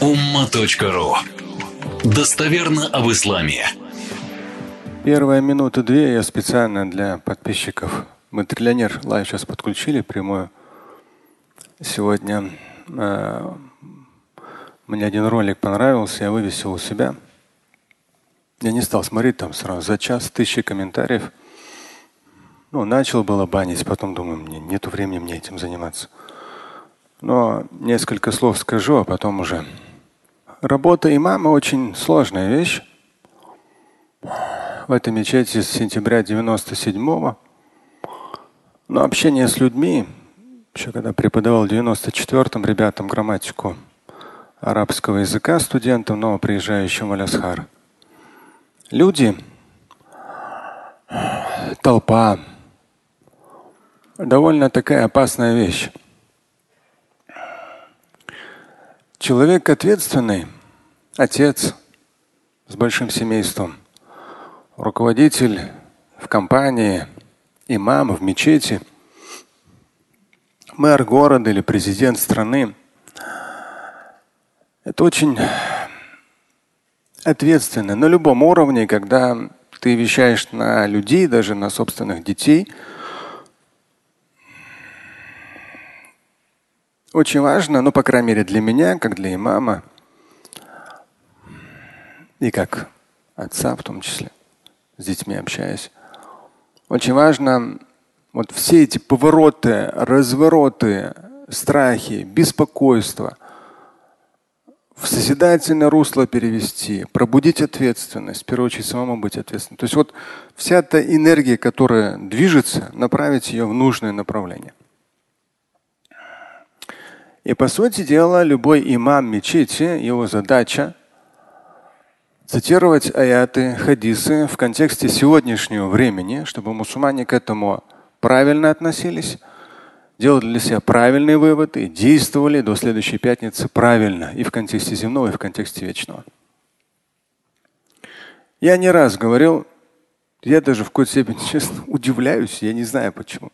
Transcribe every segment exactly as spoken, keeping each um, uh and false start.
умма точка ру. Достоверно об исламе. Первая минута две я специально для подписчиков. Мы триллионер лайв сейчас подключили прямую. Сегодня э, мне один ролик понравился, я вывесил у себя. Я не стал смотреть там сразу за час тысячи комментариев. Ну, начал было банить, потом думаю, мне нету времени мне этим заниматься. Но несколько слов скажу, а потом уже. Работа имама очень сложная вещь. В этой мечети с сентября девяносто седьмого. Но общение с людьми, еще когда преподавал в девяносто четвёртом ребятам грамматику арабского языка, студентам, новоприезжающим в Аль-Азхар. Люди, толпа, довольно такая опасная вещь. Человек ответственный, отец с большим семейством, руководитель в компании, имам в мечети, мэр города или президент страны. Это очень ответственно на любом уровне, когда ты вещаешь на людей, даже на собственных детей. Очень важно, ну, по крайней мере, для меня, как для имама, и как отца в том числе, с детьми общаясь, очень важно вот все эти повороты, развороты, страхи, беспокойства в созидательное русло перевести, пробудить ответственность, в первую очередь самому быть ответственным. То есть вот вся эта энергия, которая движется, направить ее в нужное направление. И по сути дела, любой имам мечети, его задача цитировать аяты, хадисы в контексте сегодняшнего времени, чтобы мусульмане к этому правильно относились, делали для себя правильные выводы и действовали до следующей пятницы правильно и в контексте земного, и в контексте вечного. Я не раз говорил, я даже в какой-то степени, честно, удивляюсь, я не знаю почему.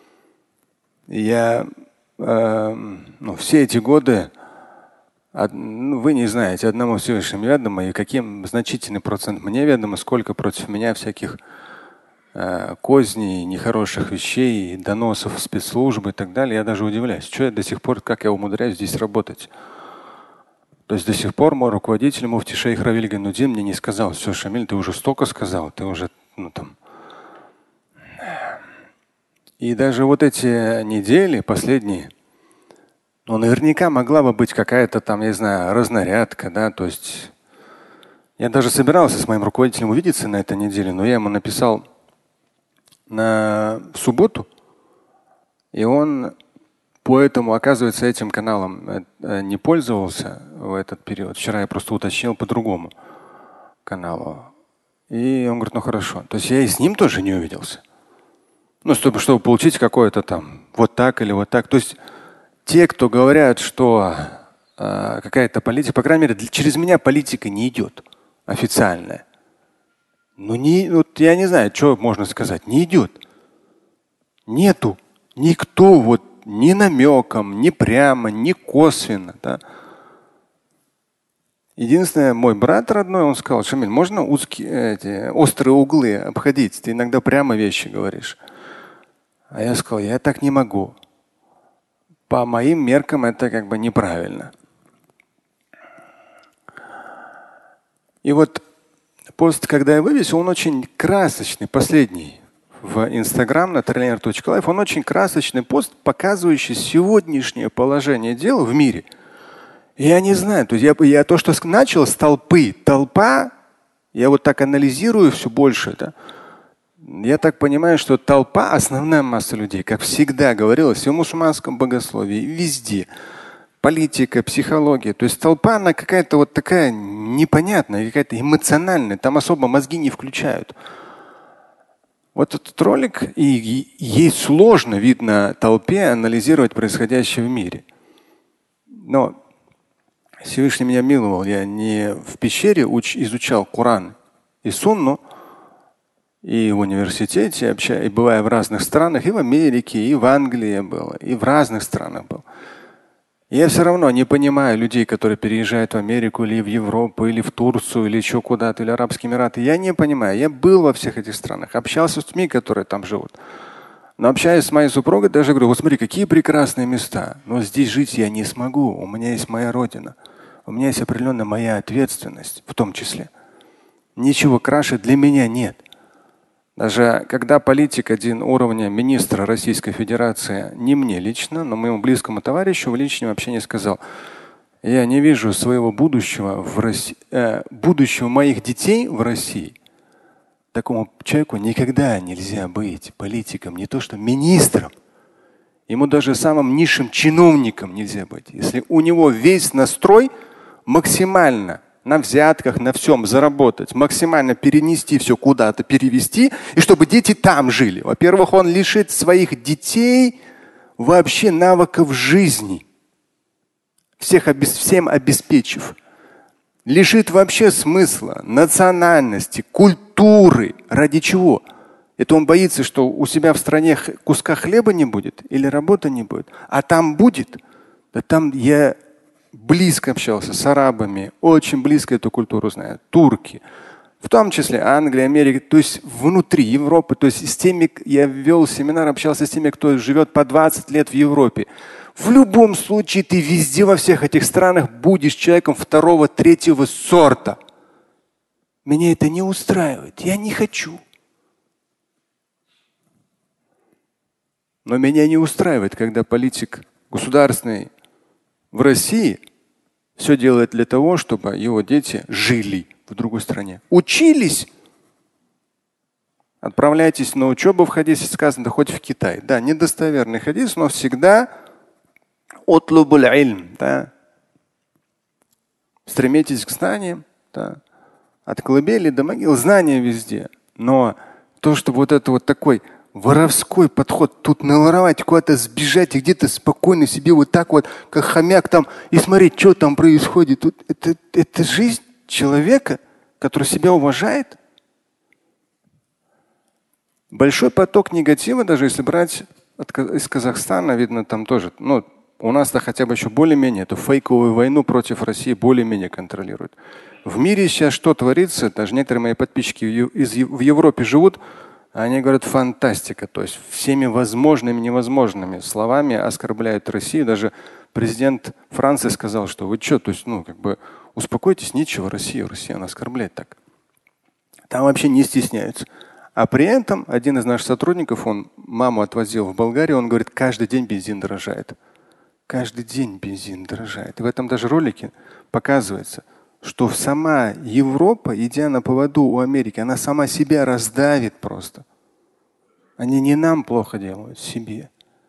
Я э, ну, все эти годы, од, ну, вы не знаете, одному Всевышнему ведомо, и каким значительный процент мне ведомо, сколько против меня всяких э, козней, нехороших вещей, доносов спецслужбы и так далее. Я даже удивляюсь, что я до сих пор, как я умудряюсь здесь работать. То есть до сих пор мой руководитель муфти шейх Равиль Ганудин мне не сказал: все, Шамиль, ты уже столько сказал, ты уже, ну там. И даже вот эти недели последние, ну, наверняка могла бы быть какая-то там, я не знаю, разнарядка, да, то есть я даже собирался с моим руководителем увидеться на этой неделе, но я ему написал на в субботу, и он поэтому, оказывается, этим каналом не пользовался в этот период. Вчера я просто уточнил по другому каналу. И он говорит, ну хорошо. То есть я и с ним тоже не увиделся. Ну, чтобы, чтобы получить какое-то там вот так или вот так. То есть те, кто говорят, что э, какая-то политика, по крайней мере, через меня политика не идет официальная. Ну, не, вот я не знаю, что можно сказать. Не идет. Нету. Никто вот ни намеком, ни прямо, ни косвенно. Да. Единственное, мой брат родной, он сказал: Шамиль, можно узкие, эти, острые углы обходить? Ты иногда прямо вещи говоришь. А я сказал, я так не могу. По моим меркам это как бы неправильно. И вот пост, когда я вывесил, он очень красочный, последний. В Инстаграм на триллионер точка лайф, он очень красочный пост, показывающий сегодняшнее положение дел в мире. И я не знаю, то есть я, я то, что начал с толпы, толпа, я вот так анализирую все больше, да, я так понимаю, что толпа, основная масса людей, как всегда говорилось и в мусульманском богословии, и везде, политика, психология, то есть толпа, она какая-то вот такая непонятная, какая-то эмоциональная, там особо мозги не включают. Вот этот ролик, и ей сложно, видно, толпе анализировать происходящее в мире. Но Всевышний меня миловал, я не в пещере уч, изучал Коран и Сунну, и в университете, общаюсь, и бывая в разных странах, и в Америке, и в Англии был, и в разных странах был. Я все равно не понимаю людей, которые переезжают в Америку или в Европу, или в Турцию, или еще куда-то, или Арабские Эмираты. Я не понимаю. Я был во всех этих странах, общался с людьми, которые там живут. Но общаясь с моей супругой, даже говорю, вот смотри, какие прекрасные места. Но здесь жить я не смогу. У меня есть моя родина. У меня есть определенная моя ответственность в том числе. Ничего краше для меня нет. Даже когда политик один уровня министра Российской Федерации, не мне лично, но моему близкому товарищу в личном общении сказал, я не вижу своего будущего в России, э, будущего моих детей в России. Такому человеку никогда нельзя быть политиком, не то что министром. Ему даже самым низшим чиновником нельзя быть. Если у него весь настрой максимально на взятках, на всем заработать, максимально перенести все куда-то, перевести, и чтобы дети там жили. Во-первых, он лишит своих детей вообще навыков жизни, всех, всем обеспечив. Лишит вообще смысла, национальности, культуры. Ради чего? Это он боится, что у себя в стране куска хлеба не будет или работы не будет. А там будет. Да там я близко общался с арабами, очень близко эту культуру знаю. Турки, в том числе Англия, Америка, то есть внутри Европы. То есть с теми, я вел семинар, общался с теми, кто живет по двадцать лет в Европе. В любом случае ты везде во всех этих странах будешь человеком второго, третьего сорта. Меня это не устраивает. Я не хочу. Но меня не устраивает, когда политик государственный в России все делает для того, чтобы его дети жили в другой стране. Учились. Отправляйтесь на учебу в хадисе сказано, да хоть в Китай. Да, недостоверный хадис, но всегда отлубуль ильм, да. Стремитесь к знаниям, да. От колыбели до могил, знания везде. Но то, что вот это вот такой воровской подход, тут наворовать, куда-то сбежать и где-то спокойно себе вот так вот, как хомяк там, и смотреть, что там происходит. Тут это, это жизнь человека, который себя уважает. Большой поток негатива, даже если брать от, из Казахстана, видно там тоже, ну, у нас-то хотя бы еще более-менее эту фейковую войну против России более-менее контролируют. В мире сейчас что творится, даже некоторые мои подписчики из, в Европе живут, они говорят, фантастика. То есть всеми возможными и невозможными словами оскорбляют Россию. Даже президент Франции сказал, что вы что, то есть, ну, как бы успокойтесь, нечего Россию, Россия она оскорбляет так. Там вообще не стесняются. А при этом один из наших сотрудников, он маму отвозил в Болгарию, он говорит, каждый день бензин дорожает. Каждый день бензин дорожает. И в этом даже ролике показывается, что сама Европа, идя на поводу у Америки, она сама себя раздавит просто. Они не нам плохо делают, себе.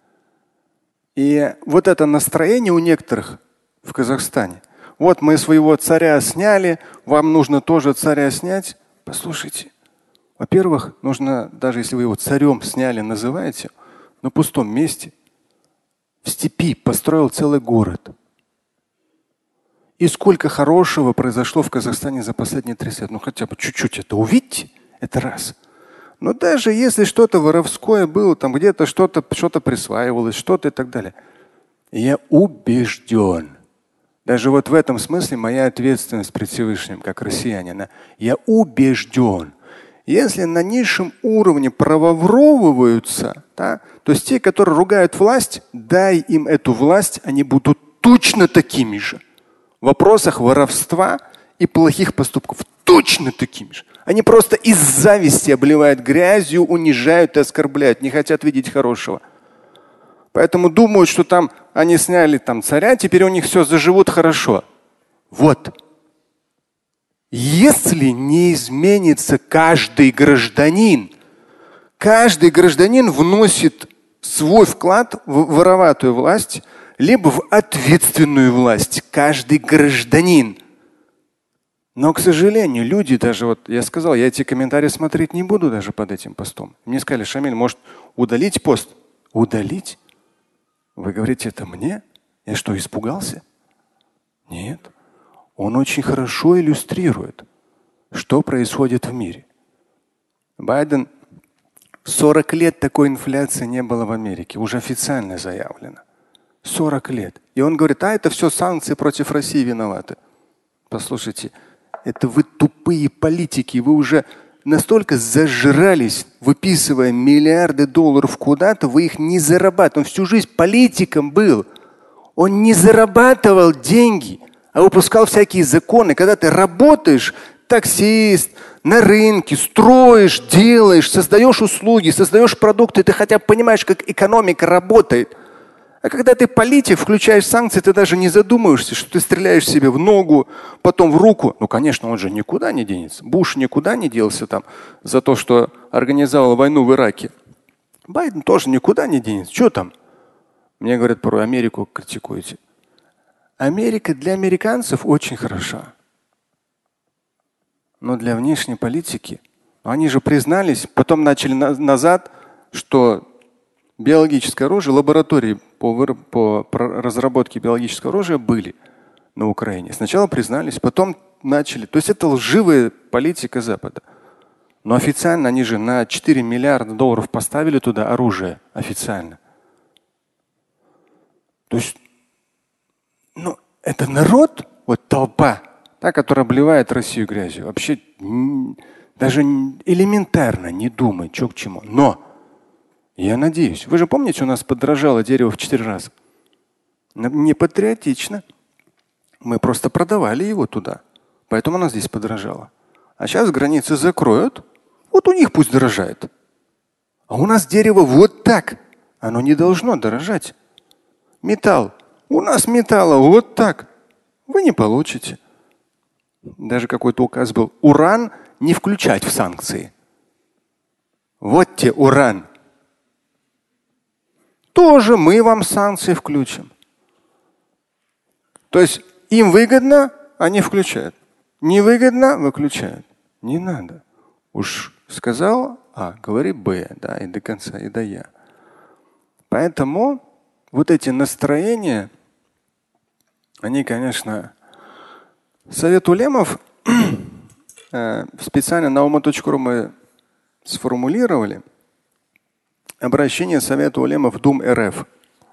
И вот это настроение у некоторых в Казахстане. Вот мы своего царя сняли, вам нужно тоже царя снять. Послушайте, во-первых, нужно, даже если вы его царем сняли, называете, на пустом месте, в степи построил целый город. И сколько хорошего произошло в Казахстане за последние тридцать лет. Ну хотя бы чуть-чуть это увидьте. Это раз. Но даже если что-то воровское было, там где-то что-то что-то присваивалось, что-то и так далее. Я убежден. Даже вот в этом смысле моя ответственность перед Всевышним, как россиянина. Я убежден. Если на низшем уровне проворовываются, да, то есть те, которые ругают власть, дай им эту власть, они будут точно такими же. В вопросах воровства и плохих поступков точно такими же. Они просто из зависти обливают грязью, унижают и оскорбляют, не хотят видеть хорошего. Поэтому думают, что там они сняли там царя, теперь у них все заживут хорошо. Вот. Если не изменится каждый гражданин, каждый гражданин вносит свой вклад в вороватую власть, либо в ответственную власть. Каждый гражданин. Но, к сожалению, люди даже, вот я сказал, я эти комментарии смотреть не буду даже под этим постом. Мне сказали, Шамиль, может удалить пост? Удалить? Вы говорите, это мне? Я что, испугался? Нет. Он очень хорошо иллюстрирует, что происходит в мире. Байден, сорок лет такой инфляции не было в Америке, уже официально заявлено. сорок лет. И он говорит, а это все санкции против России виноваты. Послушайте, это вы тупые политики, вы уже настолько зажрались, выписывая миллиарды долларов куда-то, вы их не зарабатываете. Он всю жизнь политиком был. Он не зарабатывал деньги, а выпускал всякие законы. Когда ты работаешь, таксист, на рынке, строишь, делаешь, создаешь услуги, создаешь продукты, ты хотя бы понимаешь, как экономика работает. А когда ты политик, включаешь санкции, ты даже не задумываешься, что ты стреляешь себе в ногу, потом в руку. Ну, конечно, он же никуда не денется. Буш никуда не делся там за то, что организовал войну в Ираке. Байден тоже никуда не денется. Что там? Мне говорят, порой Америку критикуете. Америка для американцев очень хороша. Но для внешней политики, они же признались, потом начали на- назад, что биологическое оружие, лаборатории по, выр... по разработке биологического оружия были на Украине. Сначала признались, потом начали. То есть это лживая политика Запада. Но официально они же на четыре миллиарда долларов поставили туда оружие официально. То есть, ну, это народ, вот толпа, та, которая обливает Россию грязью. Вообще даже элементарно не думает, что к чему. Но я надеюсь, вы же помните, у нас подорожало дерево в четыре раза. Не патриотично. Мы просто продавали его туда. Поэтому оно здесь подорожало. А сейчас границы закроют. Вот у них пусть дорожает. А у нас дерево вот так. Оно не должно дорожать. Металл. У нас металла вот так. Вы не получите. Даже какой-то указ был. Уран не включать в санкции. Вот те уран. Тоже мы вам санкции включим. То есть им выгодно, они включают. Невыгодно, выключают. Не надо. Уж сказал А, говори Б, да, и до конца, и до Я. Поэтому вот эти настроения, они, конечно, Совет улемов специально на ума точка ру мы сформулировали обращение Совета улемов Дум РФ.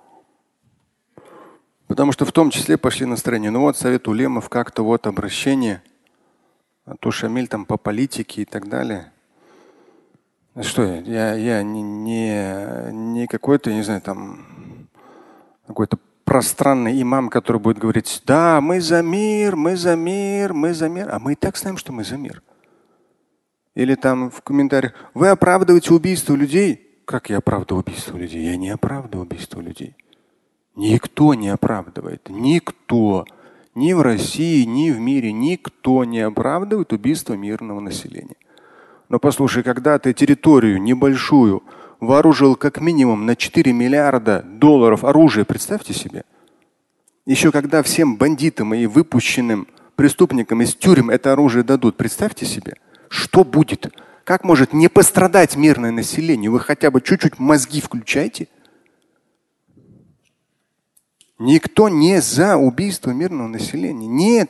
Потому что в том числе пошли настроения. Ну вот Совет улемов как-то вот обращение, а то Шамиль там по политике и так далее. Что я, я не, не, не какой-то, не знаю, там какой-то пространный имам, который будет говорить, да, мы за мир, мы за мир, мы за мир. А мы и так знаем, что мы за мир. Или там в комментариях, вы оправдываете убийство людей. Как я оправдываю убийство людей? Я не оправдываю убийство людей. Никто не оправдывает. Никто. Ни в России, ни в мире. Никто не оправдывает убийство мирного населения. Но послушай, когда ты территорию небольшую вооружил как минимум на четыре миллиарда долларов оружия, представьте себе. Еще когда всем бандитам и выпущенным преступникам из тюрем это оружие дадут, представьте себе, что будет? Как может не пострадать мирное население? Вы хотя бы чуть-чуть мозги включайте. Никто не за убийство мирного населения. Нет.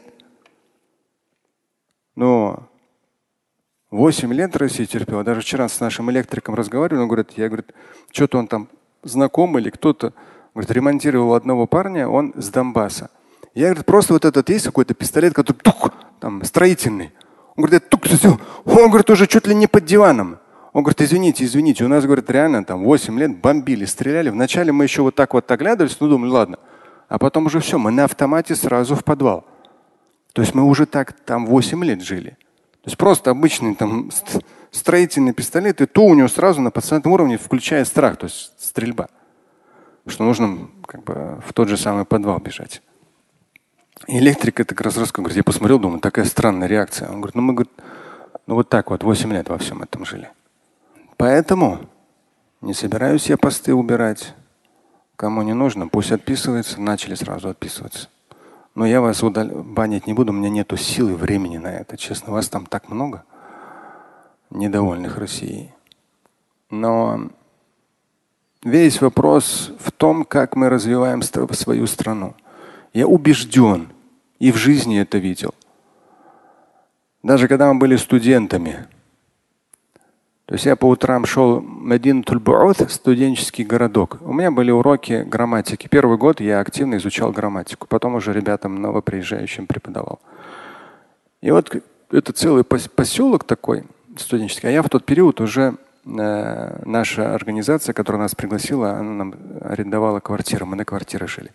Но восемь лет Россия терпела. Даже вчера с нашим электриком разговаривали. Он говорит, я говорю, что-то он там знакомый или кто-то говорит, ремонтировал одного парня, он с Донбасса. Я говорю, просто вот этот есть какой-то пистолет, который тук, там строительный. Он говорит, тук, все. Он говорит, уже чуть ли не под диваном. Он говорит, извините, извините, у нас, говорит, реально там восемь лет бомбили, стреляли. Вначале мы еще вот так вот оглядывались, ну думали, ладно. А потом уже все, мы на автомате сразу в подвал. То есть мы уже так там восемь лет жили. То есть просто обычный там строительный пистолет, и то у него сразу на подсознательном уровне включает страх, то есть стрельба. Что нужно как бы в тот же самый подвал бежать. И электрик это как раз рассказывает, говорит, я посмотрел, думаю, такая странная реакция. Он говорит, ну мы говорит, ну вот так вот восемь лет во всем этом жили. Поэтому не собираюсь я посты убирать. Кому не нужно, пусть отписывается. Начали сразу отписываться. Но я вас удал... банить не буду, у меня нету сил и времени на это. Честно, вас там так много недовольных Россией. Но весь вопрос в том, как мы развиваем свою страну. Я убежден, и в жизни это видел. Даже когда мы были студентами, То есть я по утрам шел в Мединатуль Бу'ут, студенческий городок. У меня были уроки грамматики. Первый год я активно изучал грамматику. Потом уже ребятам новоприезжающим преподавал. И вот это целый поселок такой студенческий. А я в тот период уже, э, наша организация, которая нас пригласила, она нам арендовала квартиру. Мы на квартире жили.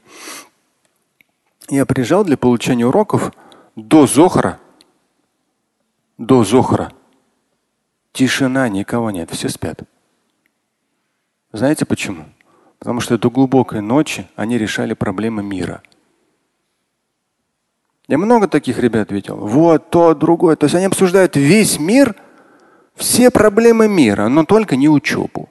Я приезжал для получения уроков до Зохра. До Зохра. Тишина, никого нет, все спят. Знаете почему? Потому что до глубокой ночи они решали проблемы мира. Я много таких ребят видел. Вот то, другое. То есть они обсуждают весь мир, все проблемы мира, но только не учебу.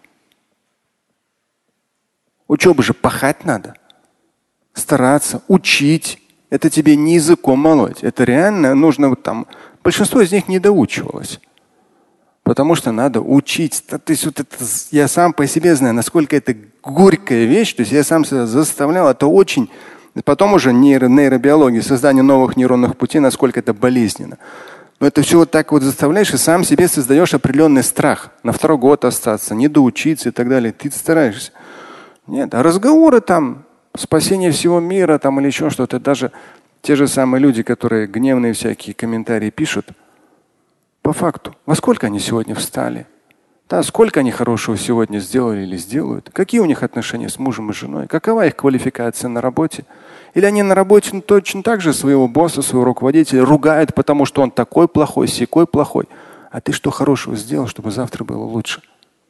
Учебу же пахать надо. Стараться, учить. Это тебе не языком молоть. Это реально нужно вот там. Большинство из них не доучивалось. Потому что надо учить. То есть вот это, я сам по себе знаю, насколько это горькая вещь. То есть я сам себя заставлял. Это очень. Потом уже нейро, нейробиология, создание новых нейронных путей, насколько это болезненно. Но это все вот так вот заставляешь и сам себе создаешь определенный страх. На второй год остаться, не доучиться и так далее. Ты стараешься. Нет, а разговоры там, спасение всего мира там или еще что-то. Даже те же самые люди, которые гневные всякие комментарии пишут. По факту, во сколько они сегодня встали? Да, сколько они хорошего сегодня сделали или сделают? Какие у них отношения с мужем и женой? Какова их квалификация на работе? Или они на работе ну, точно так же своего босса, своего руководителя ругают, потому что он такой плохой, сякой плохой. А ты что хорошего сделал, чтобы завтра было лучше?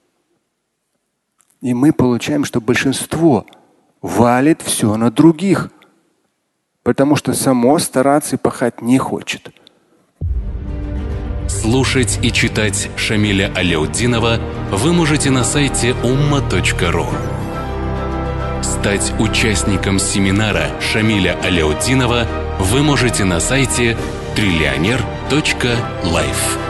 И мы получаем, что большинство валит все на других, потому что само стараться и пахать не хочет. Слушать и читать Шамиля Аляутдинова вы можете на сайте умма точка ру. Стать участником семинара Шамиля Аляутдинова вы можете на сайте триллионер точка лайф.